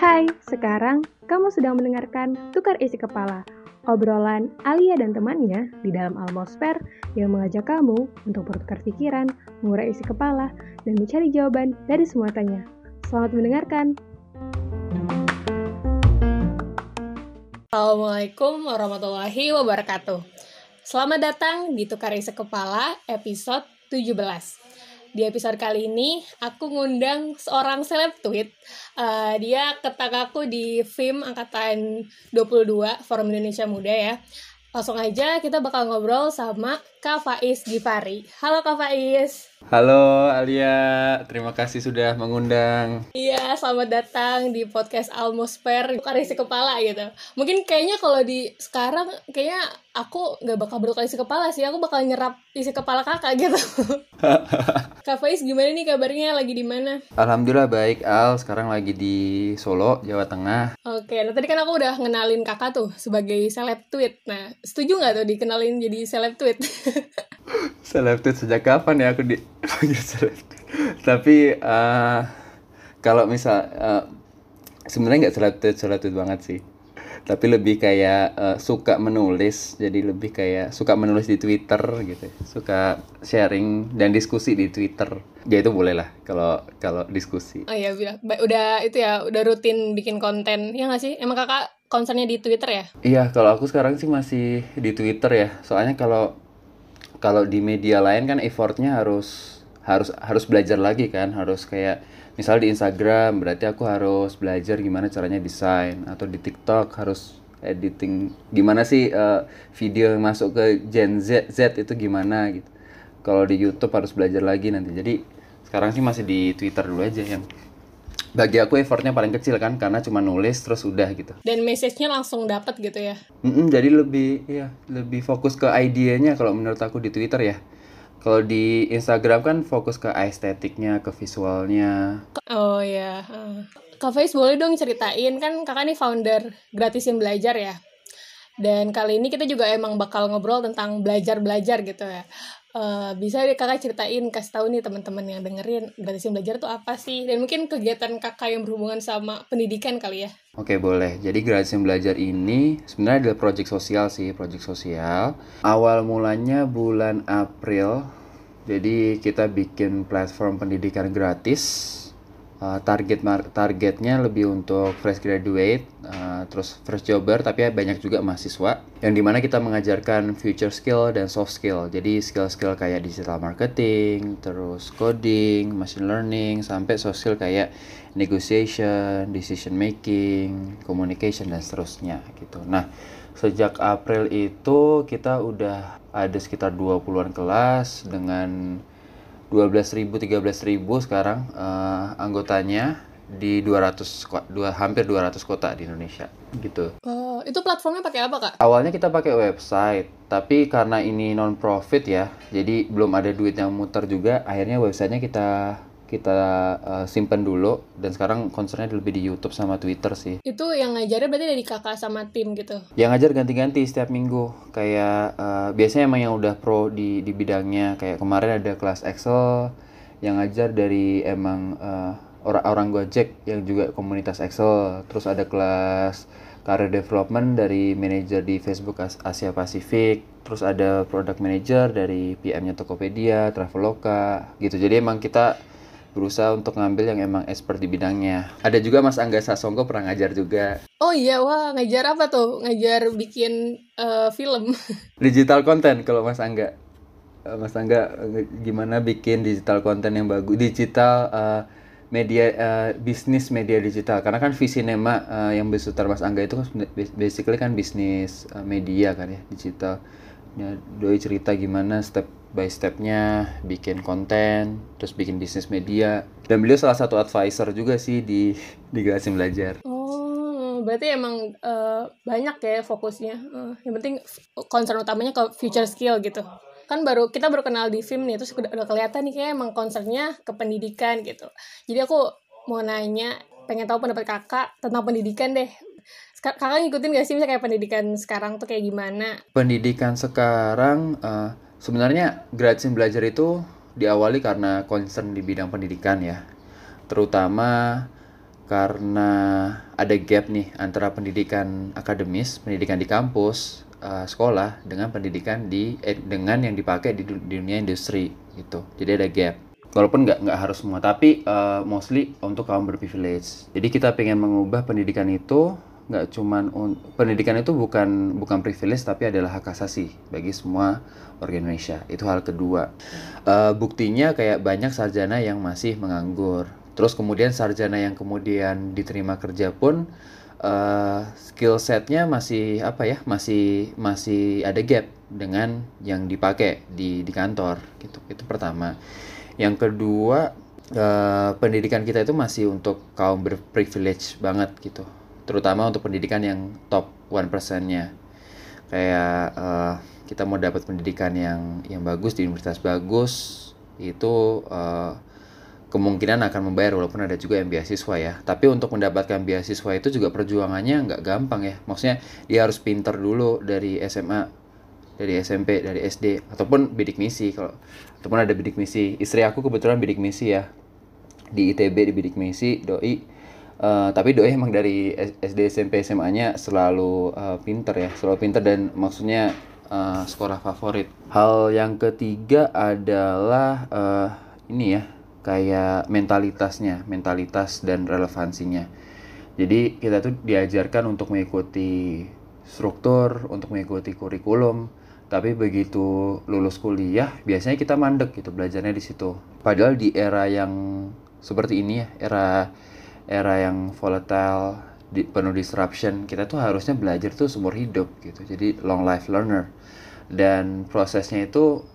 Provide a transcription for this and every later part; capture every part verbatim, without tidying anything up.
Hai, sekarang kamu sedang mendengarkan Tukar Isi Kepala, obrolan Alia dan temannya di dalam Almosfer yang mengajak kamu untuk bertukar pikiran, mengurai isi kepala, dan mencari jawaban dari semua tanya. Selamat mendengarkan. Assalamualaikum warahmatullahi wabarakatuh. Selamat datang di Tukar Isi Kepala episode tujuh belas. Di episode kali ini, aku ngundang seorang seleb tweet. Uh, dia ketak aku di F I M Angkatan dua puluh dua, Forum Indonesia Muda ya. Langsung aja kita bakal ngobrol sama Kak Faiz Gifari. Halo Kak Faiz. Halo Alia, terima kasih sudah mengundang. Iya, selamat datang di podcast Almosfer, Tukar Isi Kepala gitu. Mungkin kayaknya kalau di sekarang, kayaknya aku gak bakal bertukar isi kepala sih, aku bakal nyerap isi kepala kakak gitu. Kak Faiz gimana nih kabarnya, lagi di mana? Alhamdulillah baik Al, sekarang lagi di Solo, Jawa Tengah. Oke, nah tadi kan aku udah ngenalin kakak tuh sebagai seleb tweet. Nah, setuju gak tuh dikenalin jadi seleb tweet? Seleb tweet sejak kapan ya aku dipanggil seleb tweet? Tapi uh, kalau misal uh, sebenarnya nggak seleb tweet seleb tweet banget sih, tapi lebih kayak uh, suka menulis, jadi lebih kayak suka menulis di Twitter gitu, suka sharing dan diskusi di Twitter. Ya itu boleh lah kalau kalau diskusi. Oh iya, udah itu ya, udah rutin bikin konten ya nggak sih? Emang kakak konsernya di Twitter ya? Iya, kalau aku sekarang sih masih di Twitter ya, soalnya kalau kalau di media lain kan effortnya harus harus harus belajar lagi kan, harus kayak misal di Instagram berarti aku harus belajar gimana caranya desain, atau di TikTok harus editing gimana sih uh, video yang masuk ke Gen Z Z itu gimana gitu. Kalau di YouTube harus belajar lagi nanti. Jadi sekarang sih masih di Twitter dulu aja, yang bagi aku effortnya paling kecil kan, karena cuma nulis terus udah gitu. Dan message-nya langsung dapat gitu ya. Mm-mm, jadi lebih ya lebih fokus ke idenya kalau menurut aku di Twitter ya. Kalau di Instagram kan fokus ke estetiknya, ke visualnya. Oh ya. Kak Faiz boleh dong ceritain, kan kakak nih founder Gratisin Belajar ya. Dan kali ini kita juga emang bakal ngobrol tentang belajar-belajar gitu ya. Uh, bisa deh kakak ceritain, kasih tahu nih teman-teman yang dengerin Gratisin Belajar tuh apa sih, dan mungkin kegiatan kakak yang berhubungan sama pendidikan kali ya. Oke, boleh. Jadi Gratisin Belajar ini sebenarnya adalah proyek sosial sih, proyek sosial. Awal mulanya bulan April. Jadi kita bikin platform pendidikan gratis. Uh, target mar- targetnya lebih untuk fresh graduate, uh, terus fresh jobber, tapi banyak juga mahasiswa, yang dimana kita mengajarkan future skill dan soft skill. Jadi skill-skill kayak digital marketing, terus coding, machine learning, sampai soft skill kayak negotiation, decision making, communication, dan seterusnya gitu. Nah, sejak April itu kita udah ada sekitar dua puluhan kelas dengan dua belas ribu, tiga belas ribu sekarang uh, anggotanya di dua ratus dua, hampir dua ratus kota di Indonesia gitu. Oh, itu platformnya pakai apa, Kak? Awalnya kita pakai website, tapi karena ini non profit ya, jadi belum ada duit yang muter juga, akhirnya websitenya kita kita uh, simpen dulu, dan sekarang konsernya lebih di YouTube sama Twitter sih. Itu yang ngajarnya berarti dari kakak sama tim gitu? Yang ngajar ganti-ganti setiap minggu, kayak uh, biasanya emang yang udah pro di di bidangnya. Kayak kemarin ada kelas Excel yang ngajar dari emang uh, orang-orang Gojek yang juga komunitas Excel. Terus ada kelas career development dari manajer di Facebook Asia Pasifik. Terus ada product manager dari P M-nya Tokopedia, Traveloka gitu. Jadi emang kita berusaha untuk ngambil yang emang expert di bidangnya. Ada juga Mas Angga Sasongko pernah ngajar juga. Oh iya, wah ngajar apa tuh? Ngajar bikin uh, film? Digital content kalau Mas Angga. Uh, Mas Angga gimana bikin digital content yang bagus, digital uh, media uh, bisnis media digital. Karena kan Visinema uh, yang besutar Mas Angga itu basically kan bisnis uh, media kan ya, digital. Ya, doi cerita gimana step by stepnya bikin konten, terus bikin bisnis media. Dan beliau salah satu advisor juga sih di di Gratisin Belajar. Oh, berarti emang uh, banyak ya fokusnya. Uh, yang penting concern utamanya ke future skill gitu. Kan baru kita baru kenal di F I M nih, terus udah, udah kelihatan nih kayak emang concernnya ke pendidikan gitu. Jadi aku mau nanya, pengen tahu pendapat kakak tentang pendidikan deh. Kakak ngikutin gak sih misalnya kayak pendidikan sekarang tuh kayak gimana? Pendidikan sekarang uh, sebenarnya Gratisin Belajar itu diawali karena concern di bidang pendidikan ya. Terutama karena ada gap nih antara pendidikan akademis, pendidikan di kampus, uh, sekolah dengan pendidikan di eh, dengan yang dipakai di, di dunia industri gitu. Jadi ada gap. Walaupun nggak nggak harus semua, tapi uh, mostly untuk kaum berprivilege. Jadi kita pengen mengubah pendidikan itu nggak cuman un- pendidikan itu bukan bukan privilege tapi adalah hak asasi bagi semua warga Indonesia. Itu hal kedua. Uh, buktinya kayak banyak sarjana yang masih menganggur. Terus kemudian sarjana yang kemudian diterima kerja pun uh, skill setnya masih apa ya masih masih ada gap dengan yang dipakai di di kantor gitu. Itu pertama. Yang kedua, uh, pendidikan kita itu masih untuk kaum berprivilege banget gitu. Terutama untuk pendidikan yang top one persen-nya. Kayak uh, kita mau dapat pendidikan yang yang bagus di universitas bagus itu uh, kemungkinan akan membayar, walaupun ada juga yang beasiswa ya. Tapi untuk mendapatkan beasiswa itu juga perjuangannya nggak gampang ya. Maksudnya dia harus pinter dulu dari S M A, dari S M P, dari S D, ataupun bidik misi. Kalau ataupun ada bidik misi. Istri aku kebetulan bidik misi ya, di I T B di bidik misi, doi. Uh, tapi doi emang dari S D, S M P, S M A-nya selalu uh, pinter ya, selalu pinter dan maksudnya uh, sekolah favorit. Hal yang ketiga adalah uh, ini ya, kayak mentalitasnya, mentalitas dan relevansinya. Jadi kita tuh diajarkan untuk mengikuti struktur, untuk mengikuti kurikulum, tapi begitu lulus kuliah biasanya kita mandek gitu belajarnya di situ. Padahal di era yang seperti ini ya, era era yang volatile, di, penuh disruption, kita tuh harusnya belajar tuh seumur hidup gitu. Jadi long life learner. Dan prosesnya itu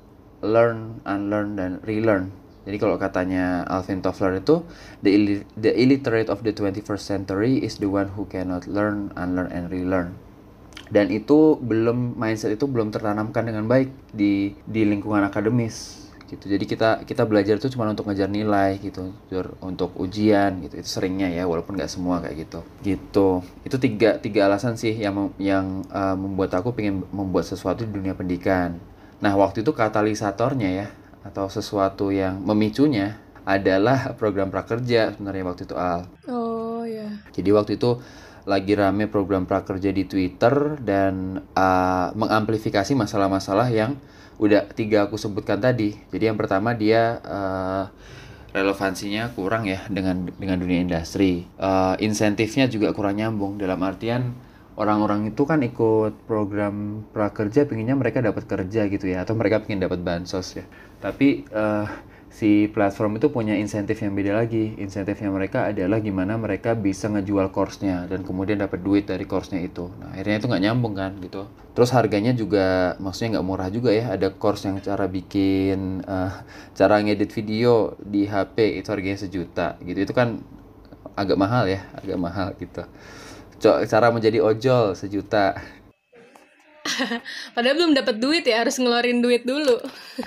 learn, unlearn, dan relearn. Jadi kalau katanya Alvin Toffler itu, the, illi- the illiterate of the twenty-first century is the one who cannot learn, unlearn, and relearn. Dan itu belum, mindset itu belum tertanamkan dengan baik di di lingkungan akademis gitu. Jadi kita kita belajar itu cuma untuk ngejar nilai gitu, untuk ujian gitu. Itu seringnya ya, walaupun nggak semua kayak gitu. Gitu. Itu tiga tiga alasan sih yang yang uh, membuat aku pengen membuat sesuatu di dunia pendidikan. Nah waktu itu katalisatornya ya, atau sesuatu yang memicunya adalah program prakerja sebenarnya waktu itu, Al. Oh ya. Jadi waktu itu lagi rame program prakerja di Twitter dan uh, mengamplifikasi masalah-masalah yang udah tiga aku sebutkan tadi. Jadi yang pertama dia uh, relevansinya kurang ya dengan dengan dunia industri. Uh, insentifnya juga kurang nyambung, dalam artian orang-orang itu kan ikut program prakerja pengennya mereka dapat kerja gitu ya, atau mereka pengen dapat bansos ya. Tapi uh, si platform itu punya insentif yang beda lagi. Insentifnya mereka adalah gimana mereka bisa ngejual course-nya dan kemudian dapat duit dari course-nya itu. Nah akhirnya itu nggak nyambung kan gitu. Terus harganya juga maksudnya nggak murah juga ya. Ada course yang cara bikin, uh, cara ngedit video di H P itu harganya sejuta gitu. Itu kan agak mahal ya, agak mahal gitu. Cara menjadi ojol sejuta. Padahal belum dapat duit ya, harus ngeluarin duit dulu.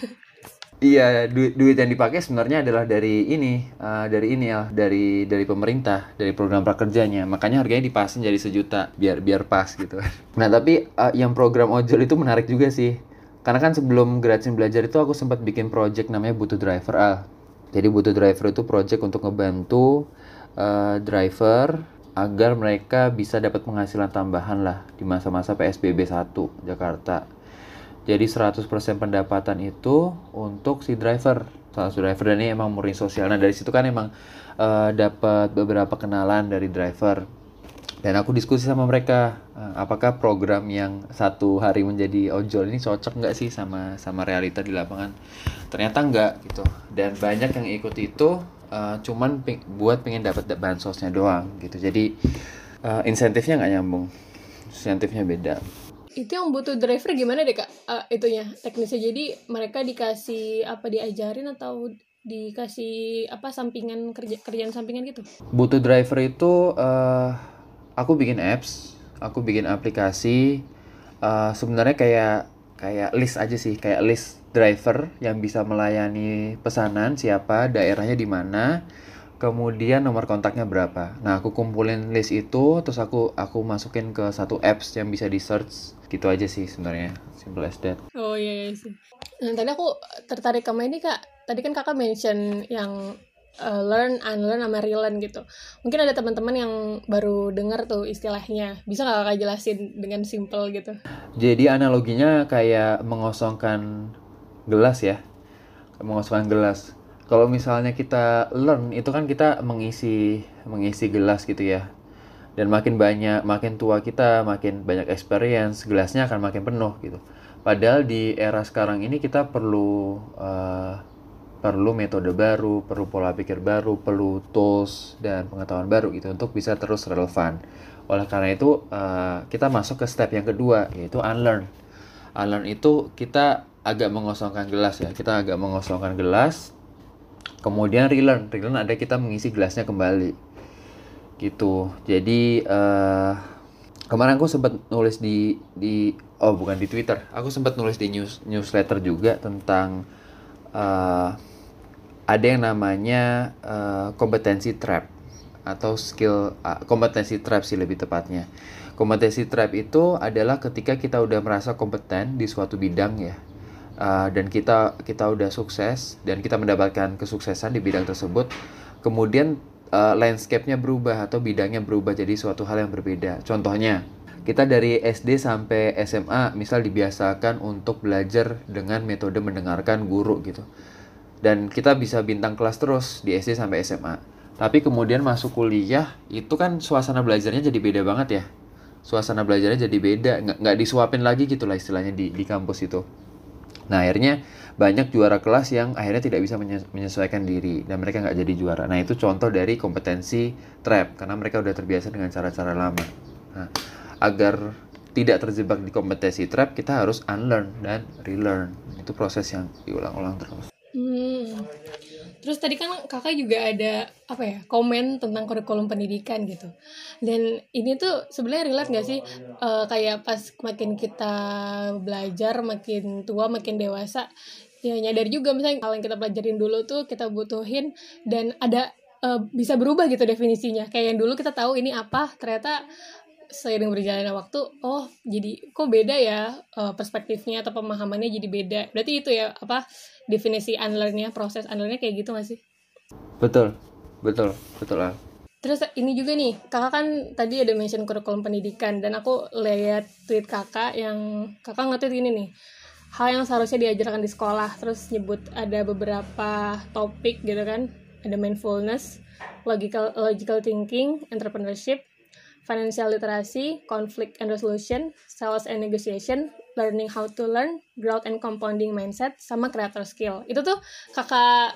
Iya, duit duit yang dipakai sebenarnya adalah dari ini, uh, dari ini ya, dari dari pemerintah, dari program prakerjanya. Makanya harganya dipasin jadi sejuta, biar biar pas gitu. Nah tapi uh, yang program ojol itu menarik juga sih, karena kan sebelum Gratisin Belajar itu aku sempat bikin project namanya Butuh Driver Al. Jadi Butuh Driver itu project untuk ngebantu uh, driver agar mereka bisa dapat penghasilan tambahan lah di masa-masa P S B B satu Jakarta. Jadi seratus persen pendapatan itu untuk si driver, salah satu driver, dan ini emang murni sosial. Nah dari situ kan emang uh, dapat beberapa kenalan dari driver. Dan aku diskusi sama mereka, uh, apakah program yang satu hari menjadi ojol ini cocok nggak sih sama sama realita di lapangan? Ternyata nggak gitu. Dan banyak yang ikut itu uh, cuman ping- buat pengen dapat bansosnya doang gitu. Jadi uh, insentifnya nggak nyambung, insentifnya beda. Itu yang butuh driver gimana deh Kak? Uh, itunya teknisnya, jadi mereka dikasih apa, diajarin atau dikasih apa sampingan, kerja kerjaan sampingan gitu? Butuh driver itu uh, aku bikin apps, aku bikin aplikasi, uh, sebenarnya kayak kayak list aja sih, kayak list driver yang bisa melayani pesanan, siapa, daerahnya di mana, kemudian nomor kontaknya berapa. Nah aku kumpulin list itu, terus aku aku masukin ke satu apps yang bisa di search. Gitu aja sih sebenarnya, simple as that. Oh iya, iya sih. Nah tadi aku tertarik sama ini Kak, tadi kan Kakak mention yang uh, learn, unlearn, sama relearn gitu. Mungkin ada teman-teman yang baru dengar tuh istilahnya. Bisa nggak kakak jelasin dengan simple gitu? Jadi analoginya kayak mengosongkan gelas ya, mengosongkan gelas. Kalau misalnya kita learn, itu kan kita mengisi mengisi gelas gitu ya. Dan makin banyak, makin tua kita, makin banyak experience, gelasnya akan makin penuh gitu. Padahal di era sekarang ini kita perlu uh, perlu metode baru, perlu pola pikir baru, perlu tools dan pengetahuan baru gitu untuk bisa terus relevan. Oleh karena itu uh, kita masuk ke step yang kedua, yaitu unlearn. Unlearn itu kita agak mengosongkan gelas ya, kita agak mengosongkan gelas. Kemudian relearn, relearn ada kita mengisi gelasnya kembali. Gitu. Jadi uh, kemarin aku sempat nulis di di oh bukan di Twitter, aku sempat nulis di news newsletter juga tentang uh, ada yang namanya uh, kompetensi trap atau skill uh, kompetensi trap sih lebih tepatnya. Kompetensi trap itu adalah ketika kita udah merasa kompeten di suatu bidang ya, uh, dan kita kita udah sukses dan kita mendapatkan kesuksesan di bidang tersebut, kemudian Uh, landscape-nya berubah atau bidangnya berubah jadi suatu hal yang berbeda. Contohnya, kita dari S D sampai S M A misal dibiasakan untuk belajar dengan metode mendengarkan guru gitu. Dan kita bisa bintang kelas terus di S D sampai S M A. Tapi kemudian masuk kuliah, itu kan suasana belajarnya jadi beda banget ya. Suasana belajarnya jadi beda, nggak, nggak disuapin lagi gitu lah istilahnya di, di kampus itu. Nah akhirnya banyak juara kelas yang akhirnya tidak bisa menyesuaikan diri dan mereka nggak jadi juara. Nah itu contoh dari kompetensi trap karena mereka udah terbiasa dengan cara-cara lama. Nah, agar tidak terjebak di kompetensi trap, kita harus unlearn dan relearn. Itu proses yang diulang-ulang terus. Hmm. Terus tadi kan kakak juga ada apa ya komen tentang kurikulum pendidikan gitu. Dan ini tuh sebenarnya relate nggak sih uh, kayak pas makin kita belajar, makin tua, makin dewasa, ya nyadar juga misalnya hal yang kita pelajarin dulu tuh kita butuhin dan ada uh, bisa berubah gitu definisinya. Kayak yang dulu kita tahu ini apa, ternyata seiring berjalannya waktu, oh jadi kok beda ya uh, perspektifnya atau pemahamannya jadi beda. Berarti itu ya apa definisi unlearn-nya, proses unlearn-nya kayak gitu nggak sih? Betul, betul, betul lah. Terus ini juga nih, kakak kan tadi ada mention kurikulum pendidikan dan aku lihat tweet kakak yang kakak nge-tweet gini nih, hal yang seharusnya diajarkan di sekolah, terus nyebut ada beberapa topik gitu kan, ada mindfulness, logical logical thinking, entrepreneurship, financial literacy, conflict and resolution, sales and negotiation, learning how to learn, growth and compounding mindset, sama creator skill. Itu tuh kakak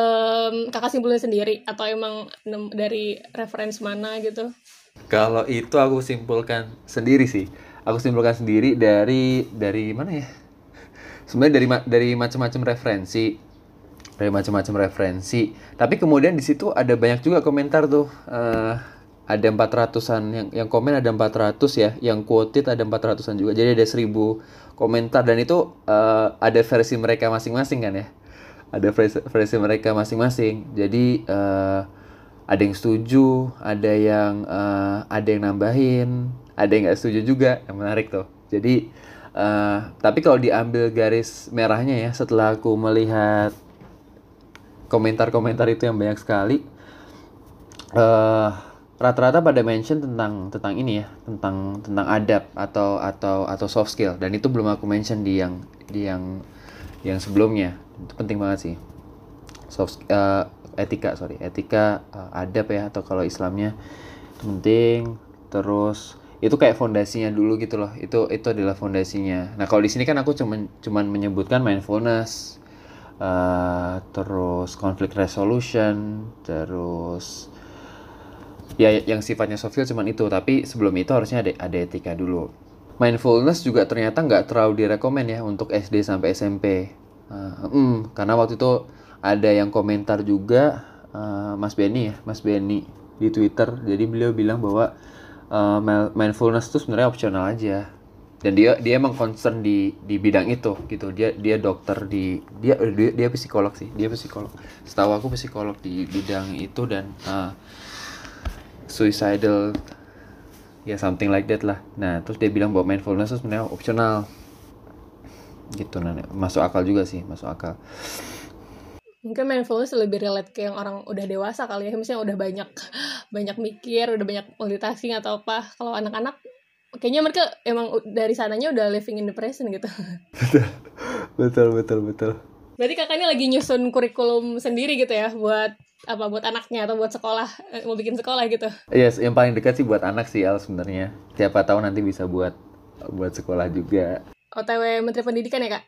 um, kakak simpulin sendiri atau emang dari reference mana gitu? Kalau itu aku simpulkan sendiri sih. Aku simpulkan sendiri dari dari mana ya? Sebenarnya dari dari macam-macam referensi, dari macam-macam referensi. Tapi kemudian di situ ada banyak juga komentar tuh. Uh, ada empat ratusan yang yang komen ada empat ratus ya, yang quoted ada empat ratusan juga. Jadi ada seribu komentar dan itu uh, ada versi mereka masing-masing kan ya. Ada versi, versi mereka masing-masing. Jadi uh, ada yang setuju, ada yang uh, ada yang nambahin, ada yang nggak setuju juga. Yang menarik tuh. Jadi uh, tapi kalau diambil garis merahnya ya, setelah aku melihat komentar-komentar itu yang banyak sekali, uh, rata-rata pada mention tentang tentang ini ya, tentang tentang adab atau atau atau soft skill, dan itu belum aku mention di yang di yang yang sebelumnya. Itu penting banget sih. Soft uh, etika, sorry, etika, uh, adab ya, atau kalau Islamnya itu penting. Terus itu kayak fondasinya dulu gitu loh. Itu itu adalah fondasinya. Nah, kalau di sini kan aku cuman cuman menyebutkan mindfulness, uh, terus conflict resolution, terus ya yang sifatnya soft skill cuman itu, tapi sebelum itu harusnya ada, ada etika dulu. Mindfulness juga ternyata nggak terlalu direkomend ya untuk S D sampai S M P. Uh, mm, karena waktu itu ada yang komentar juga, uh, Mas Benny ya, Mas Benny di Twitter. Jadi beliau bilang bahwa uh, mindfulness itu sebenarnya opsional aja. Dan dia dia emang concern di di bidang itu gitu. Dia dia dokter di dia dia, dia psikolog sih, dia psikolog. Setahu aku psikolog di bidang itu dan uh, suicidal ya, something like that lah. Nah terus dia bilang bahwa mindfulness itu sebenarnya opsional gitu. Nah masuk akal juga sih, masuk akal. Mungkin mindfulness lebih relate ke yang orang udah dewasa kali ya, misalnya udah banyak banyak mikir, udah banyak multitasking atau apa. Kalau anak-anak kayaknya mereka emang dari sananya udah living in the present gitu. betul betul betul. Berarti kakaknya lagi nyusun kurikulum sendiri gitu ya buat apa, buat anaknya atau buat sekolah, mau bikin sekolah gitu? Yes, yang paling dekat sih buat anak sih Al sebenarnya. Siapa tahu nanti bisa buat buat sekolah juga. O T W Menteri Pendidikan ya kak?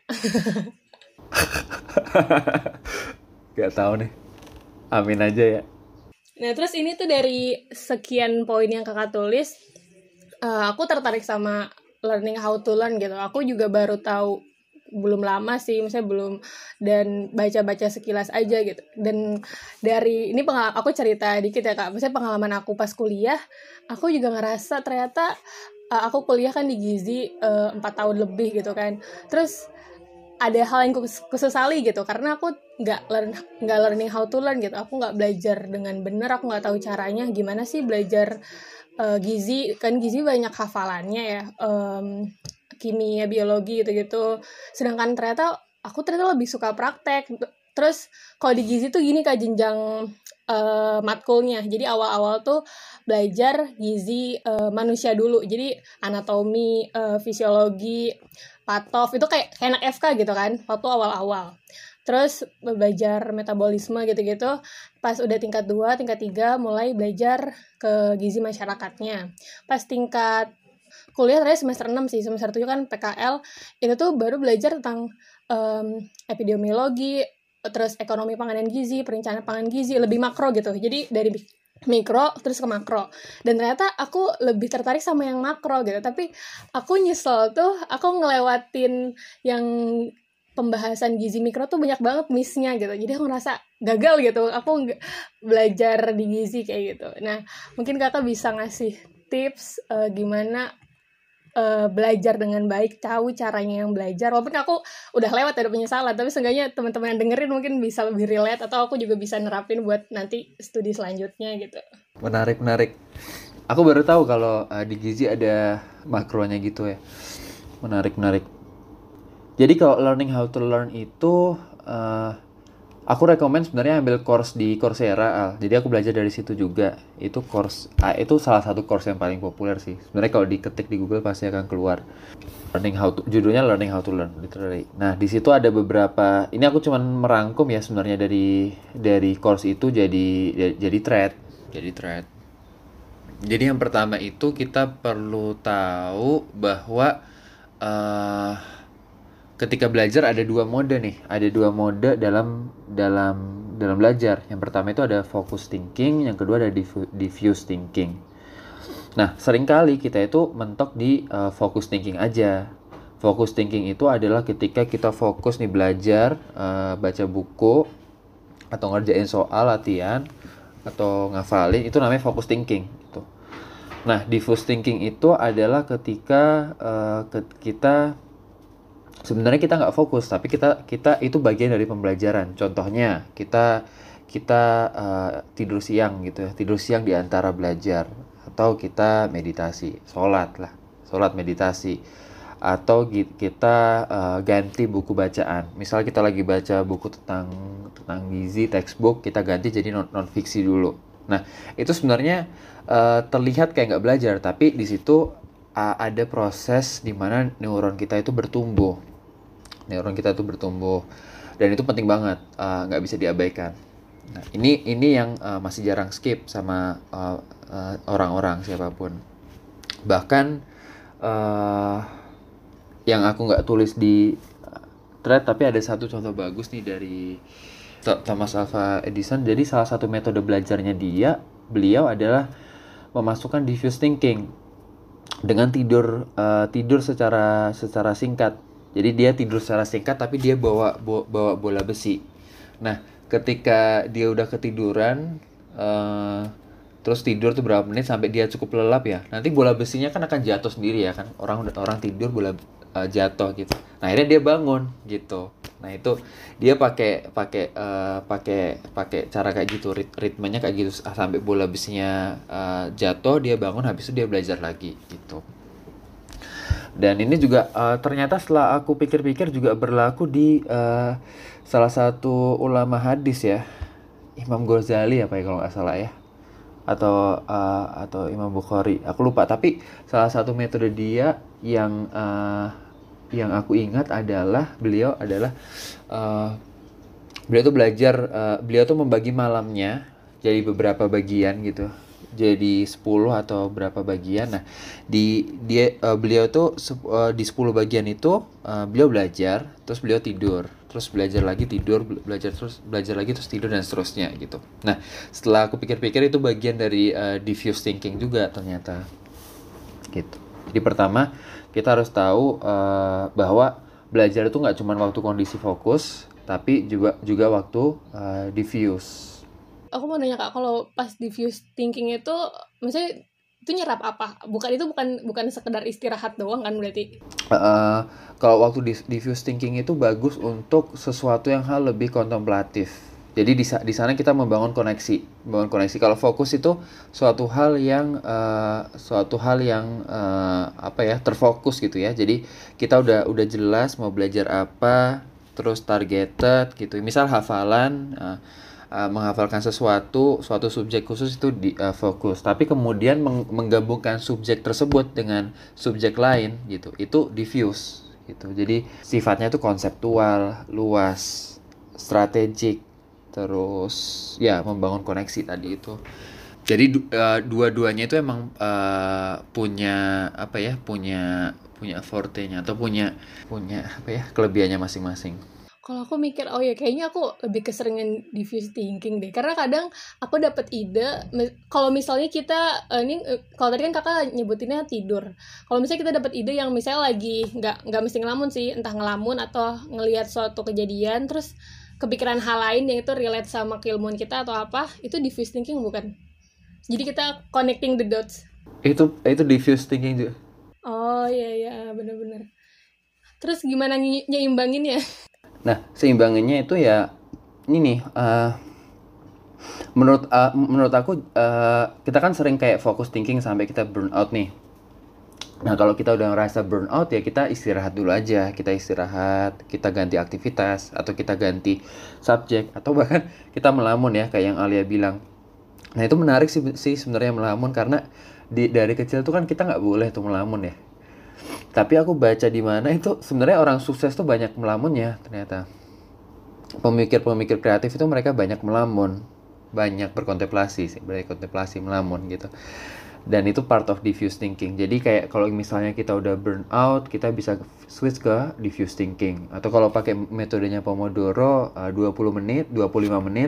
Gak tahu nih. Amin aja ya. Nah terus ini tuh dari sekian poin yang kakak tulis, uh, aku tertarik sama learning how to learn gitu. Aku juga baru tahu belum lama sih, misalnya belum, dan baca-baca sekilas aja gitu. Dan dari ini pengalaman aku cerita dikit ya kak, misalnya pengalaman aku pas kuliah, aku juga ngerasa ternyata uh, aku kuliah kan di Gizi uh, empat tahun lebih gitu kan. Terus ada hal yang kusesali gitu karena aku nggak learn nggak learning how to learn gitu. Aku nggak belajar dengan benar, aku nggak tahu caranya gimana sih belajar uh, gizi. Kan gizi banyak hafalannya ya, um, kimia, biologi gitu-gitu. Sedangkan ternyata aku ternyata lebih suka praktek. Terus kalau di gizi tuh gini kak jenjang uh, matkulnya. Jadi awal-awal tuh belajar gizi uh, manusia dulu. Jadi anatomi, uh, fisiologi, patof itu kayak kayak anak F K gitu kan waktu awal-awal. Terus belajar metabolisme gitu-gitu. Pas udah tingkat dua, tingkat tiga mulai belajar ke gizi masyarakatnya. Pas tingkat kuliah terakhir semester enam sih, semester tujuh kan P K L, itu tuh baru belajar tentang um, epidemiologi, terus ekonomi pangan dan gizi, perencanaan pangan gizi, lebih makro gitu. Jadi dari mikro terus ke makro, dan ternyata aku lebih tertarik sama yang makro gitu. Tapi aku nyesel tuh aku ngelewatin yang pembahasan gizi mikro tuh banyak banget miss-nya gitu. Jadi aku ngerasa gagal gitu, aku nggak belajar di gizi kayak gitu. Nah mungkin kakak bisa ngasih tips uh, gimana Uh, belajar dengan baik, tahu caranya yang belajar. Walaupun aku udah lewat, ada penyesalan, tapi seenggaknya teman-teman yang dengerin mungkin bisa lebih relate, atau aku juga bisa nerapin buat nanti studi selanjutnya gitu. Menarik, menarik. Aku baru tahu kalau uh, di gizi ada makronya gitu ya. Menarik, menarik. Jadi kalau learning how to learn itu, uh, aku rekomend sebenarnya ambil course di Coursera, Al. Jadi aku belajar dari situ juga. Itu course, ah, itu salah satu course yang paling populer sih. Sebenarnya kalau diketik di Google pasti akan keluar. Learning how to, judulnya Learning How to Learn, literally. Nah, di situ ada beberapa. Ini aku cuman merangkum ya sebenarnya dari dari course itu jadi jadi thread, jadi thread. Jadi yang pertama itu kita perlu tahu bahwa uh, ketika belajar ada dua mode nih, ada dua mode dalam dalam dalam belajar. Yang pertama itu ada focus thinking, yang kedua ada diffuse thinking. Nah, seringkali kita itu mentok di uh, focus thinking aja. Focus thinking itu adalah ketika kita fokus nih belajar, uh, baca buku atau ngerjain soal latihan atau ngafalin, itu namanya focus thinking gitu. Nah, diffuse thinking itu adalah ketika uh, kita sebenarnya kita nggak fokus, tapi kita kita itu bagian dari pembelajaran. Contohnya kita kita uh, tidur siang gitu ya, tidur siang di antara belajar, atau kita meditasi, sholat lah, sholat meditasi, atau kita uh, ganti buku bacaan. Misal kita lagi baca buku tentang tentang gizi, textbook, kita ganti jadi non non fiksi dulu. Nah itu sebenarnya uh, terlihat kayak nggak belajar, tapi di situ uh, ada proses di mana neuron kita itu bertumbuh. Neuron kita itu bertumbuh dan itu penting banget, nggak uh, bisa diabaikan. Nah, ini ini yang uh, masih jarang skip sama uh, uh, orang-orang siapapun. Bahkan uh, yang aku nggak tulis di thread, tapi ada satu contoh bagus nih dari Thomas Alva Edison. Jadi salah satu metode belajarnya dia, beliau adalah memasukkan diffuse thinking dengan tidur uh, tidur secara secara singkat. Jadi dia tidur secara singkat tapi dia bawa bawa bola besi. Nah, ketika dia udah ketiduran, uh, terus tidur tuh berapa menit sampai dia cukup lelap ya. Nanti bola besinya kan akan jatuh sendiri ya kan. Orang orang tidur bola uh, jatuh gitu. Nah, akhirnya dia bangun gitu. Nah, itu dia pakai pakai uh, pakai pakai cara kayak gitu, rit ritmenya kayak gitu sampai bola besinya uh, jatuh, dia bangun, habis itu dia belajar lagi gitu. Dan ini juga uh, ternyata setelah aku pikir-pikir juga berlaku di uh, salah satu ulama hadis ya, Imam Ghazali apa ya kalau nggak salah ya, atau uh, atau Imam Bukhari, aku lupa. Tapi salah satu metode dia yang uh, yang aku ingat adalah beliau adalah uh, beliau tuh belajar, uh, beliau tuh membagi malamnya jadi beberapa bagian gitu, jadi sepuluh atau berapa bagian. Nah, di dia uh, beliau tuh uh, di sepuluh bagian itu uh, beliau belajar, terus beliau tidur, terus belajar lagi tidur, belajar terus belajar lagi terus tidur dan seterusnya gitu. Nah, setelah aku pikir-pikir itu bagian dari uh, diffuse thinking juga ternyata. Gitu. Jadi pertama kita harus tahu uh, bahwa belajar itu nggak cuma waktu kondisi fokus, tapi juga juga waktu uh, diffuse. Aku mau nanya Kak, kalau pas diffuse thinking itu maksudnya itu nyerap apa? Bukan itu bukan bukan sekedar istirahat doang kan berarti? Uh, kalau waktu diffuse thinking itu bagus untuk sesuatu yang hal lebih kontemplatif. Jadi di di sana kita membangun koneksi, membangun koneksi. Kalau fokus itu suatu hal yang uh, suatu hal yang uh, apa ya, terfokus gitu ya. Jadi kita udah udah jelas mau belajar apa, terus targeted gitu. Misal hafalan, uh, Uh, menghafalkan sesuatu, suatu subjek khusus itu di uh, fokus. Tapi kemudian meng- menggabungkan subjek tersebut dengan subjek lain gitu, itu diffuse gitu. Jadi sifatnya itu konseptual, luas, strategik, terus ya membangun koneksi tadi itu. Jadi du- uh, dua-duanya itu emang uh, punya apa ya, punya punya forte-nya atau punya punya apa ya, kelebihannya masing-masing. Kalau aku mikir, oh ya kayaknya aku lebih keseringan diffuse thinking deh. Karena kadang aku dapat ide, kalau misalnya kita, uh, ini uh, kalau tadi kan kakak nyebutinnya tidur. Kalau misalnya kita dapat ide yang misalnya lagi, nggak nggak mesti ngelamun sih, entah ngelamun atau ngelihat suatu kejadian, terus kepikiran hal lain yang itu relate sama keilmuan kita atau apa, itu diffuse thinking bukan? Jadi kita connecting the dots. Itu itu diffuse thinking juga. Oh iya iya benar-benar. Terus gimana ny- nyeimbanginnya? Nah, seimbangannya itu ya ini nih, uh, menurut uh, menurut aku uh, kita kan sering kayak focus thinking sampai kita burn out nih. Nah, kalau kita udah ngerasa burn out ya kita istirahat dulu aja, kita istirahat, kita ganti aktivitas atau kita ganti subjek atau bahkan kita melamun ya kayak yang Alia bilang. Nah, itu menarik sih, sih sebenarnya melamun, karena di dari kecil tuh kan kita nggak boleh tuh melamun ya. Tapi aku baca di mana itu sebenarnya orang sukses tuh banyak melamunnya ternyata. Pemikir-pemikir kreatif itu mereka banyak melamun, banyak berkontemplasi sih, banyak kontemplasi melamun gitu. Dan itu part of diffuse thinking. Jadi kayak kalau misalnya kita udah burn out, kita bisa switch ke diffuse thinking. Atau kalau pakai metodenya Pomodoro, dua puluh menit, dua puluh lima menit,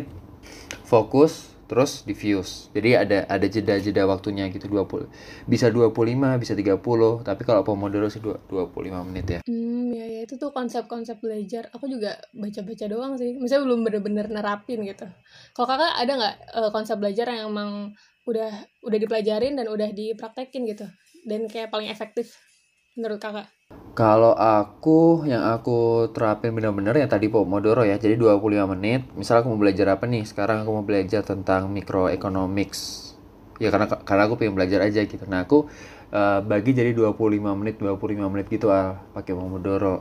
fokus, terus diffuse. Jadi ada ada jeda-jeda waktunya gitu, dua puluh. Bisa dua puluh lima, bisa tiga puluh, tapi kalau Pomodoro sih dua puluh lima menit ya. Hmm, ya ya itu tuh konsep-konsep belajar. Aku juga baca-baca doang sih. Misalnya belum bener-bener nerapin gitu. Kalau kakak ada nggak uh, konsep belajar yang emang udah udah dipelajarin dan udah dipraktekin gitu, dan kayak paling efektif menurut kakak? Kalau aku, yang aku terapin benar-benar yang tadi Pomodoro ya, jadi dua puluh lima menit. Misal aku mau belajar apa nih, sekarang aku mau belajar tentang microeconomics. Ya karena karena aku pengen belajar aja gitu. Nah, aku uh, bagi jadi dua puluh lima menit, dua puluh lima menit gitu ah, pakai Pomodoro.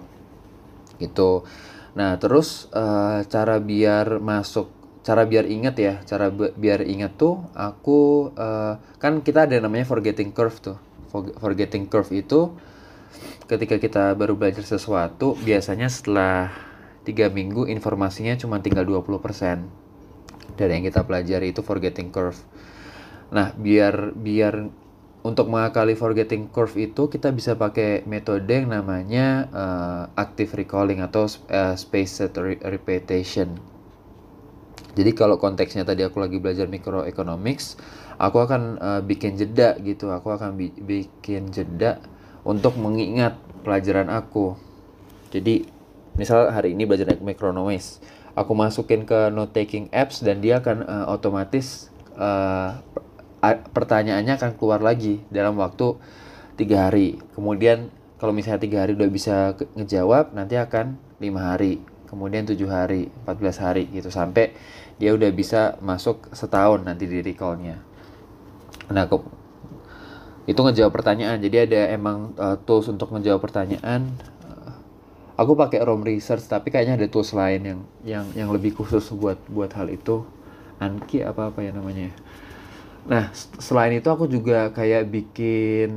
Gitu. Nah, terus uh, cara biar masuk, cara biar ingat ya, cara bi- biar ingat tuh aku uh, kan kita ada namanya forgetting curve tuh. Forgetting curve itu ketika kita baru belajar sesuatu, biasanya setelah tiga minggu informasinya cuma tinggal dua puluh persen dari yang kita pelajari, itu forgetting curve. Nah, biar biar untuk mengakali forgetting curve itu kita bisa pakai metode yang namanya uh, active recalling atau uh, spaced repetition. Jadi kalau konteksnya tadi aku lagi belajar microeconomics, aku akan uh, bikin jeda gitu, aku akan bi- bikin jeda untuk mengingat pelajaran aku. Jadi misal hari ini belajar microeconomics, aku masukin ke note taking apps dan dia akan uh, otomatis uh, pertanyaannya akan keluar lagi dalam waktu tiga hari. Kemudian kalau misalnya tiga hari udah bisa ngejawab, nanti akan lima hari, kemudian tujuh hari, empat belas hari gitu, sampai dia udah bisa masuk setahun nanti di recall-nya. Nah, ke- Itu ngejawab pertanyaan. Jadi ada emang uh, tools untuk ngejawab pertanyaan. Uh, aku pakai Roam Research, tapi kayaknya ada tools lain yang yang yang lebih khusus buat buat hal itu. Anki apa apa ya namanya. Nah, selain itu aku juga kayak bikin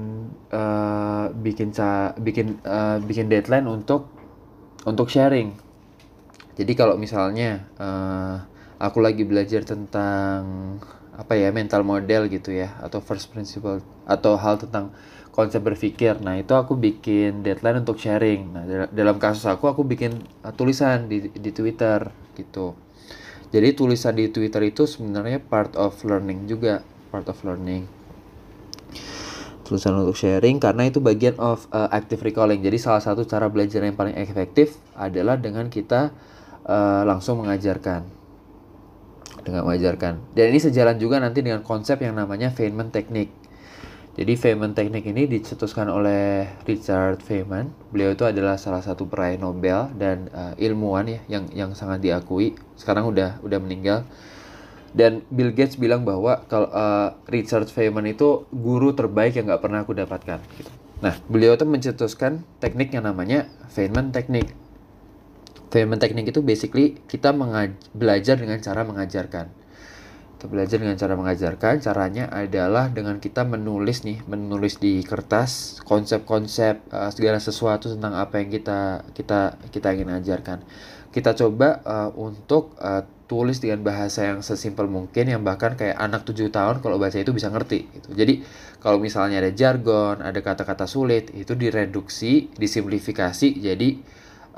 uh, bikin ca bikin uh, bikin deadline untuk untuk sharing. Jadi kalau misalnya uh, aku lagi belajar tentang apa ya, mental model gitu ya, atau first principle, atau hal tentang konsep berpikir. Nah, itu aku bikin deadline untuk sharing. Nah, dalam kasus aku, aku bikin uh, tulisan di, di Twitter gitu. Jadi tulisan di Twitter itu sebenarnya part of learning juga, part of learning. Tulisan untuk sharing karena itu bagian of uh, active recalling. Jadi salah satu cara belajar yang paling efektif adalah dengan kita uh, langsung mengajarkan. Dengan mengajarkan. Dan ini sejalan juga nanti dengan konsep yang namanya Feynman Technique. Jadi Feynman Technique ini dicetuskan oleh Richard Feynman. Beliau itu adalah salah satu peraih Nobel dan uh, ilmuwan ya yang yang sangat diakui. Sekarang udah udah meninggal. Dan Bill Gates bilang bahwa kalau uh, Richard Feynman itu guru terbaik yang nggak pernah aku dapatkan. Gitu. Nah, beliau itu mencetuskan teknik yang namanya Feynman Technique. Feynman Technique itu basically kita mengaj- belajar dengan cara mengajarkan. Kita belajar dengan cara mengajarkan. Caranya adalah dengan kita menulis nih, menulis di kertas konsep-konsep uh, segala sesuatu tentang apa yang kita kita kita ingin ajarkan. Kita coba uh, untuk uh, tulis dengan bahasa yang sesimpel mungkin, yang bahkan kayak anak tujuh tahun kalau baca itu bisa ngerti gitu. Jadi kalau misalnya ada jargon, ada kata-kata sulit, itu direduksi, disimplifikasi jadi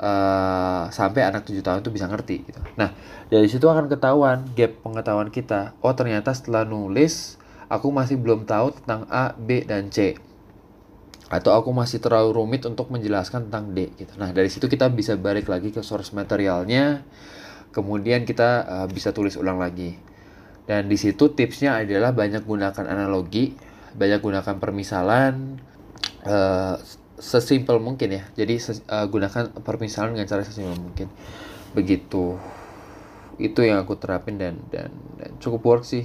Uh, sampai anak tujuh tahun itu bisa ngerti gitu. Nah, dari situ akan ketahuan gap pengetahuan kita. Oh, ternyata setelah nulis aku masih belum tahu tentang A, B, dan C. Atau aku masih terlalu rumit untuk menjelaskan tentang D gitu. Nah, dari situ kita bisa balik lagi ke source materialnya. Kemudian kita uh, bisa tulis ulang lagi. Dan di situ tipsnya adalah banyak gunakan analogi, banyak gunakan permisalan, uh, sesimpel mungkin ya. Jadi ses, uh, gunakan permisalan dengan cara sesimpel mungkin. Begitu. Itu yang aku terapin dan dan, dan cukup work sih.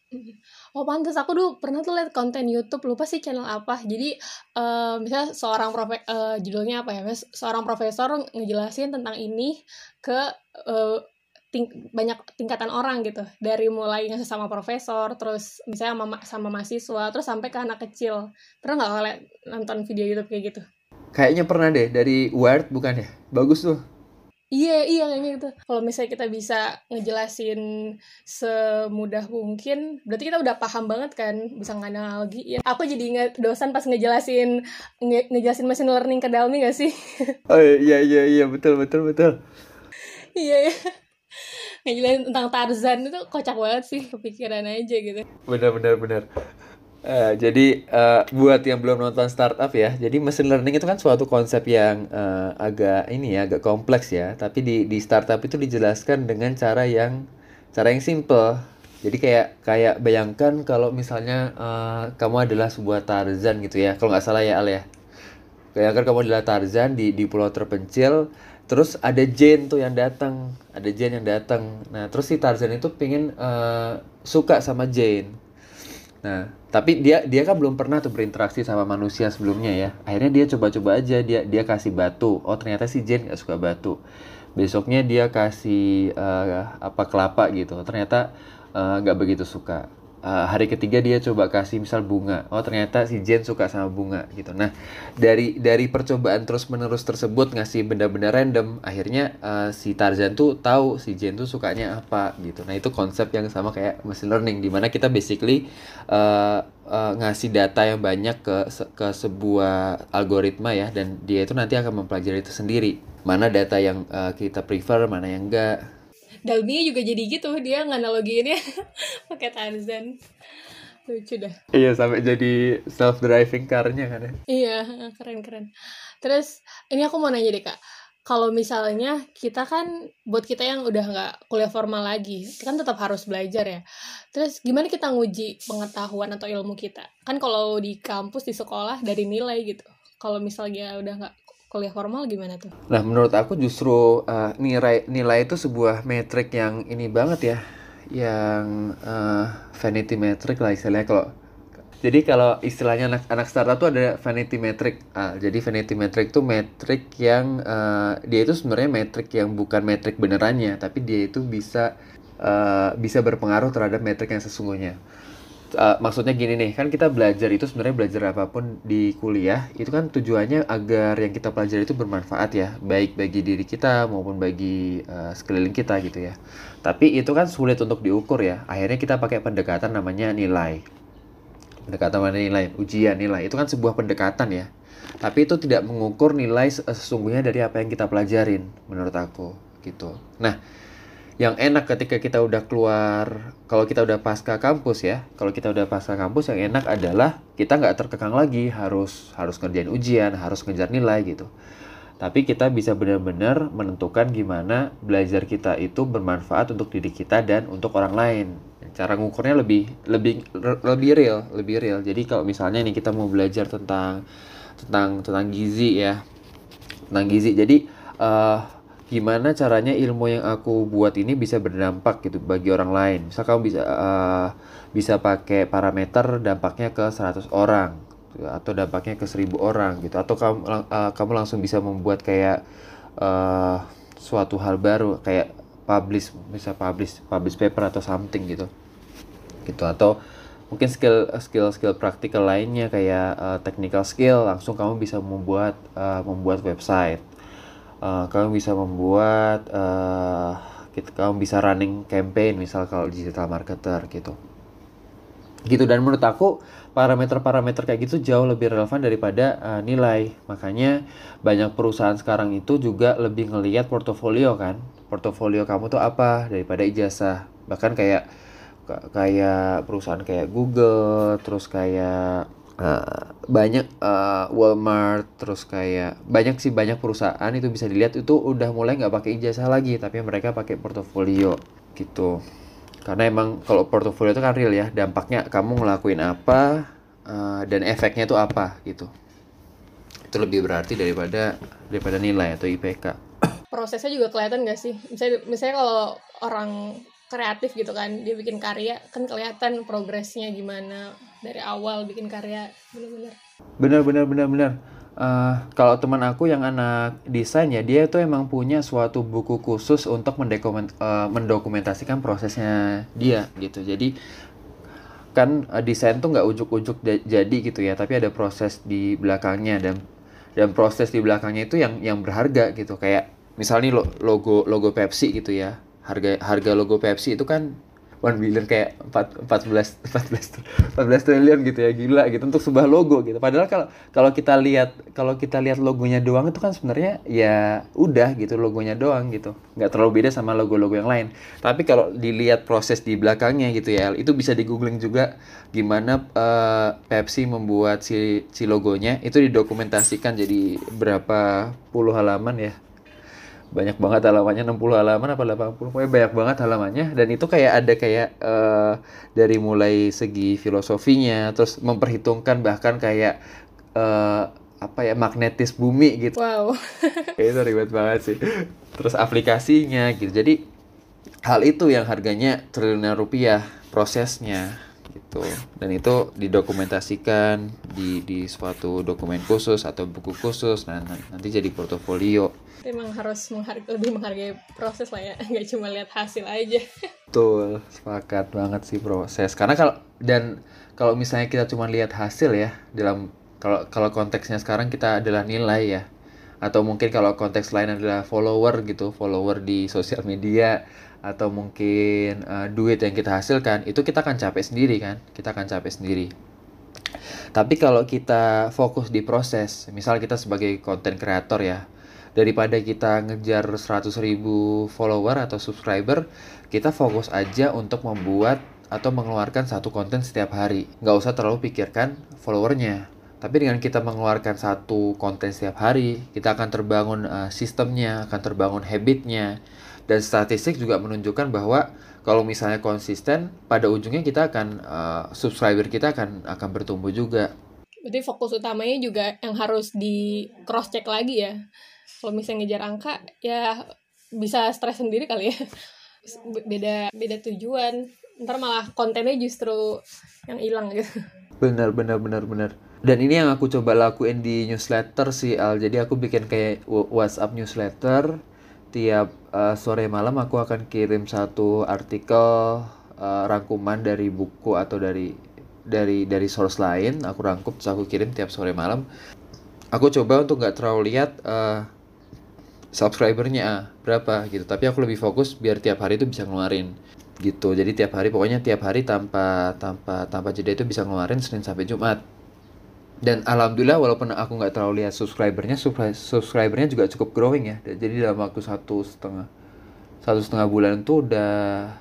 Oh pantas, aku dulu pernah tuh lihat konten YouTube, lupa sih channel apa. Jadi uh, misalnya seorang profe uh, judulnya apa ya, misalnya seorang profesor ngejelasin tentang ini ke uh, ting- banyak tingkatan orang gitu, dari mulai sesama profesor, terus misalnya sama, sama mahasiswa, terus sampai ke anak kecil. Pernah nggak kalian nonton video YouTube kayak gitu? Kayaknya pernah deh, dari Wired bukan ya? Bagus tuh. Iya, iya kayaknya gitu. Kalau misalnya kita bisa ngejelasin semudah mungkin, berarti kita udah paham banget kan, bisa nganalogi. Ya, aku jadi ingat dosen pas ngejelasin nge- ngejelasin machine learning ke Dalmi gak sih? Oh iya iya iya betul betul betul. Iya ya. Ngejelasin tentang Tarzan itu kocak banget sih, kepikiran aja gitu. Benar benar benar. Uh, jadi uh, buat yang belum nonton startup ya, jadi machine learning itu kan suatu konsep yang uh, agak ini ya, agak kompleks ya. Tapi di di startup itu dijelaskan dengan cara yang cara yang simple. Jadi kayak kayak bayangkan kalau misalnya uh, kamu adalah sebuah Tarzan gitu ya, kalau nggak salah ya Al ya. Bayangkan kamu adalah Tarzan di di pulau terpencil. Terus ada Jane tuh yang datang, ada Jane yang datang. Nah terus si Tarzan itu pengen uh, suka sama Jane. Nah, tapi dia dia kan belum pernah tuh berinteraksi sama manusia sebelumnya ya. Akhirnya dia coba-coba aja, dia dia kasih batu. Oh, ternyata si Jane gak suka batu. Besoknya dia kasih uh, apa kelapa gitu. Ternyata uh, gak begitu suka. Uh, hari ketiga dia coba kasih misal bunga. Oh, ternyata si Jane suka sama bunga gitu. Nah, dari dari percobaan terus-menerus tersebut ngasih benda-benda random, akhirnya uh, si Tarzan tuh tahu si Jane tuh sukanya apa gitu. Nah, itu konsep yang sama kayak machine learning, di mana kita basically uh, uh, ngasih data yang banyak ke ke sebuah algoritma ya, dan dia itu nanti akan mempelajari itu sendiri. Mana data yang uh, kita prefer, mana yang enggak. Dalmi juga jadi gitu, dia nganalogiinnya pakai Tarzan. Lucu dah. Iya, sampai jadi self driving car-nya kan ya. Iya, keren-keren. Terus ini aku mau nanya deh Kak, kalau misalnya kita kan, buat kita yang udah nggak kuliah formal lagi, kan tetap harus belajar ya. Terus gimana kita nguji pengetahuan atau ilmu kita? Kan kalau di kampus, di sekolah dari nilai gitu. Kalau misalnya udah nggak kuliah formal gimana tuh? Nah, menurut aku justru uh, nilai nilai itu sebuah metrik yang ini banget ya, yang uh, vanity metric lah istilahnya. Kalau Jadi kalau istilahnya anak anak startup tuh ada vanity metric. Ah, jadi vanity metric tuh metrik yang uh, dia itu sebenarnya metrik yang bukan metrik benerannya, tapi dia itu bisa uh, bisa berpengaruh terhadap metrik yang sesungguhnya. Uh, maksudnya gini nih, kan kita belajar itu sebenarnya belajar apapun di kuliah itu kan tujuannya agar yang kita pelajari itu bermanfaat ya, baik bagi diri kita maupun bagi uh, sekeliling kita gitu ya. Tapi itu kan sulit untuk diukur ya. Akhirnya kita pakai pendekatan namanya nilai. Pendekatan nilai, ujian nilai itu kan sebuah pendekatan ya. Tapi itu tidak mengukur nilai sesungguhnya dari apa yang kita pelajarin menurut aku gitu. Nah, yang enak ketika kita udah keluar, kalau kita udah pasca kampus ya, kalau kita udah pasca kampus yang enak adalah kita nggak terkekang lagi harus harus ngerjain ujian, harus ngejar nilai gitu. Tapi kita bisa benar-benar menentukan gimana belajar kita itu bermanfaat untuk diri kita dan untuk orang lain. Cara ngukurnya lebih lebih lebih real, lebih real. Jadi kalau misalnya nih kita mau belajar tentang tentang tentang gizi ya, tentang gizi. Jadi uh, gimana caranya ilmu yang aku buat ini bisa berdampak gitu bagi orang lain. Misal kamu bisa uh, bisa pakai parameter dampaknya ke seratus orang atau dampaknya ke seribu orang gitu. Atau kamu uh, kamu langsung bisa membuat kayak uh, suatu hal baru kayak publish, bisa publish publish paper atau something gitu gitu atau mungkin skill skill skill praktikal lainnya kayak uh, technical skill, langsung kamu bisa membuat uh, membuat website, uh, kamu bisa membuat uh, gitu, kamu bisa running campaign misal kalau digital marketer gitu gitu. Dan menurut aku parameter-parameter kayak gitu jauh lebih relevan daripada uh, nilai. Makanya banyak perusahaan sekarang itu juga lebih ngelihat portofolio kan, portofolio kamu tuh apa daripada ijazah. Bahkan kayak kayak perusahaan kayak Google, terus kayak uh, banyak uh, Walmart, terus kayak banyak sih banyak perusahaan itu bisa dilihat itu udah mulai nggak pakai ijazah lagi, tapi mereka pakai portofolio gitu. Karena emang kalau portofolio itu kan real ya, dampaknya kamu ngelakuin apa uh, dan efeknya itu apa gitu. Itu lebih berarti daripada daripada nilai atau I P K. Prosesnya juga kelihatan gak sih? Misalnya, misalnya kalau orang kreatif gitu kan, dia bikin karya, kan kelihatan progresnya gimana dari awal bikin karya, benar-benar. Benar, benar, benar, benar. Uh, kalau teman aku yang anak desain ya, dia tuh emang punya suatu buku khusus untuk mendokument, uh, mendokumentasikan prosesnya dia gitu. Jadi kan uh, desain tuh nggak ujuk-ujuk j- jadi gitu ya, tapi ada proses di belakangnya, dan dan proses di belakangnya itu yang yang berharga gitu. Kayak misalnya logo logo Pepsi gitu ya, harga harga logo Pepsi itu kan one billion, kayak empat belas triliun gitu ya, gila gitu untuk sebuah logo gitu. Padahal kalau kalau kita lihat kalau kita lihat logonya doang itu kan sebenarnya ya udah gitu, logonya doang gitu, nggak terlalu beda sama logo-logo yang lain. Tapi kalau dilihat proses di belakangnya gitu ya, itu bisa di googling juga gimana uh, Pepsi membuat si si logonya, itu didokumentasikan jadi berapa puluh halaman ya, banyak banget halamannya, enam puluh halaman apa delapan puluh, pokoknya banyak banget halamannya. Dan itu kayak ada kayak uh, dari mulai segi filosofinya, terus memperhitungkan bahkan kayak uh, apa ya, magnetis bumi gitu. Wow. Itu ribet banget sih. Terus aplikasinya gitu. Jadi hal itu yang harganya triliunan rupiah prosesnya gitu. Dan itu didokumentasikan di di suatu dokumen khusus atau buku khusus. Nah, nanti jadi portofolio. Emang harus menghargai, lebih menghargai proses lah ya, nggak cuma lihat hasil aja. Betul, sepakat banget sih proses. Karena kalau dan kalau misalnya kita cuma lihat hasil ya, dalam kalau kalau konteksnya sekarang kita adalah nilai ya, atau mungkin kalau konteks lain adalah follower gitu, follower di sosial media, atau mungkin uh, duit yang kita hasilkan, itu kita akan capek sendiri kan, kita akan capek sendiri. Tapi kalau kita fokus di proses, misal kita sebagai content creator ya, daripada kita ngejar seratus ribu follower atau subscriber, kita fokus aja untuk membuat atau mengeluarkan satu konten setiap hari. Nggak usah terlalu pikirkan followernya. Tapi dengan kita mengeluarkan satu konten setiap hari, kita akan terbangun uh, sistemnya, akan terbangun habitnya. Dan statistik juga menunjukkan bahwa kalau misalnya konsisten, pada ujungnya kita akan, uh, subscriber kita akan akan bertumbuh juga. Berarti fokus utamanya juga yang harus di cross check lagi ya. Kalau misalnya ngejar angka ya bisa stres sendiri kali ya, beda beda tujuan, ntar malah kontennya justru yang hilang gitu. Benar, benar, benar, benar. Dan ini yang aku coba lakuin di newsletter sih, Al. Jadi aku bikin kayak WhatsApp newsletter. Tiap uh, sore malam aku akan kirim satu artikel uh, rangkuman dari buku atau dari dari dari source lain. Aku rangkum terus aku kirim tiap sore malam. Aku coba untuk nggak terlalu lihat uh, subscribernya ah, berapa gitu. Tapi aku lebih fokus biar tiap hari itu bisa ngeluarin gitu. Jadi tiap hari, pokoknya tiap hari tanpa tanpa tanpa jeda itu bisa ngeluarin Senin sampai Jumat. Dan alhamdulillah walaupun aku nggak terlalu lihat subscribernya, subscribernya juga cukup growing ya. Jadi dalam waktu satu setengah satu setengah bulan itu udah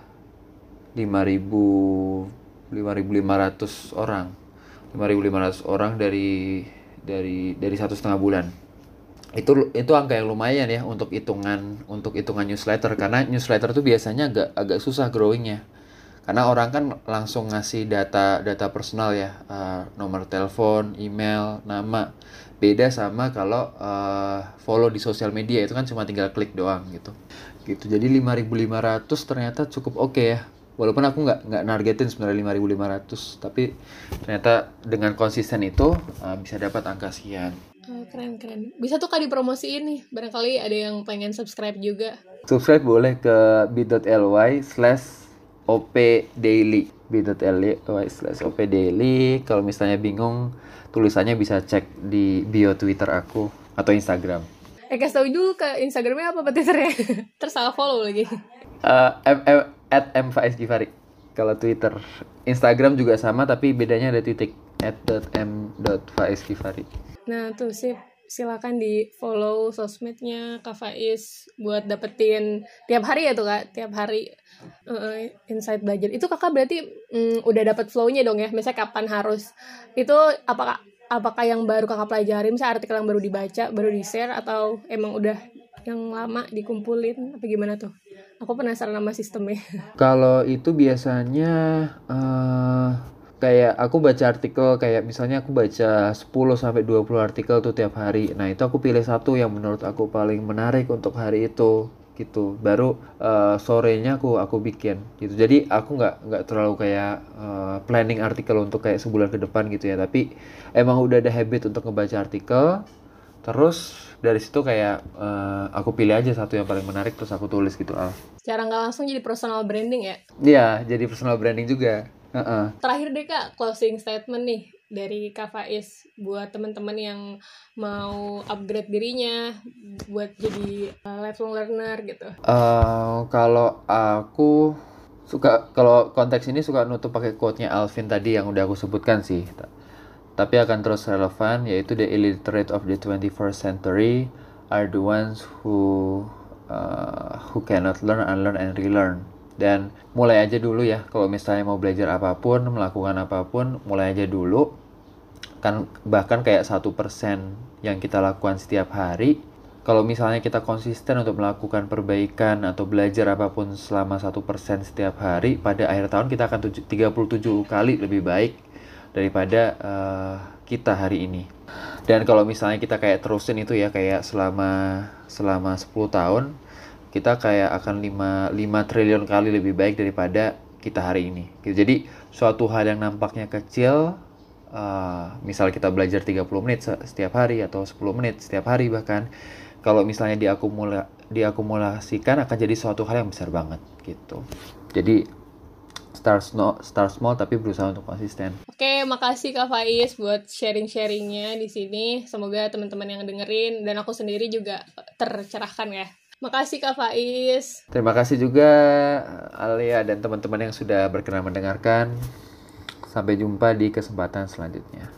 lima ribu lima ratus orang, lima ribu lima ratus orang dari dari dari satu setengah bulan. Itu itu angka yang lumayan ya untuk hitungan untuk hitungan newsletter, karena newsletter tuh biasanya agak agak susah growingnya, karena orang kan langsung ngasih data data personal ya, uh, nomor telepon, email, nama. Beda sama kalau uh, follow di sosial media, itu kan cuma tinggal klik doang gitu gitu. Jadi lima ribu lima ratus ternyata cukup oke okay ya, walaupun aku nggak nggak nargetin sebenarnya lima ribu lima ratus, tapi ternyata dengan konsisten itu uh, bisa dapat angka sekian. Oh, keren keren. Bisa tuh Kak dipromosiin nih. Barangkali ada yang pengen subscribe juga. Subscribe boleh ke bit.ly slash opdaily bit.ly slash opdaily. Kalau misalnya bingung tulisannya bisa cek di bio Twitter aku atau Instagram. Eh kasih tau dulu ke Instagramnya apa, Twitternya? Terus salah follow lagi. Uh, m, m, at m faiz gifari kalau Twitter. Instagram juga sama tapi bedanya ada titik at m faiz gifari. Nah tuh sih, silakan di follow sosmednya Kak Faiz buat dapetin tiap hari ya tuh Kak, tiap hari uh, insight belajar. Itu Kakak berarti um, udah dapet flow-nya dong ya, misalnya kapan harus, itu apakah apakah yang baru Kakak pelajari, misalnya artikel yang baru dibaca, baru di-share, atau emang udah yang lama dikumpulin, apa gimana tuh? Aku penasaran sama sistemnya. Kalau itu biasanya uh... kayak aku baca artikel, kayak misalnya aku baca sepuluh sampai dua puluh artikel tuh tiap hari. Nah, itu aku pilih satu yang menurut aku paling menarik untuk hari itu gitu. Baru uh, sorenya aku aku bikin gitu. Jadi aku nggak nggak terlalu kayak uh, planning artikel untuk kayak sebulan ke depan gitu ya. Tapi emang udah ada habit untuk ngebaca artikel. Terus dari situ kayak uh, aku pilih aja satu yang paling menarik terus aku tulis gitu, Al. Secara nggak langsung jadi personal branding ya? Iya, jadi personal branding juga. Uh-uh. Terakhir deh Kak, closing statement nih dari Kak Faiz buat teman-teman yang mau upgrade dirinya buat jadi uh, lifelong learner gitu. Uh, kalau aku suka, kalau konteks ini suka nutup pakai quote-nya Alvin tadi yang udah aku sebutkan sih. Tapi akan terus relevan, yaitu the illiterate of the twenty-first century are the ones who uh, who cannot learn, unlearn, and relearn. Dan mulai aja dulu ya, kalau misalnya mau belajar apapun, melakukan apapun, mulai aja dulu. Kan bahkan kayak satu persen yang kita lakukan setiap hari, kalau misalnya kita konsisten untuk melakukan perbaikan atau belajar apapun selama satu persen setiap hari, pada akhir tahun kita akan tiga puluh tujuh kali lebih baik daripada uh, kita hari ini. Dan kalau misalnya kita kayak terusin itu ya, kayak selama selama sepuluh tahun, kita kayak akan lima triliun kali lebih baik daripada kita hari ini. Jadi suatu hal yang nampaknya kecil, uh, misal kita belajar tiga puluh menit setiap hari atau sepuluh menit setiap hari bahkan, kalau misalnya diakumula, diakumulasikan akan jadi suatu hal yang besar banget gitu. Jadi start small, start small tapi berusaha untuk konsisten. Oke, makasih Kak Faiz buat sharing-sharingnya di sini. Semoga teman-teman yang dengerin dan aku sendiri juga tercerahkan ya. Makasih Kak Faiz. Terima kasih juga Alia dan teman-teman yang sudah berkenan mendengarkan. Sampai jumpa di kesempatan selanjutnya.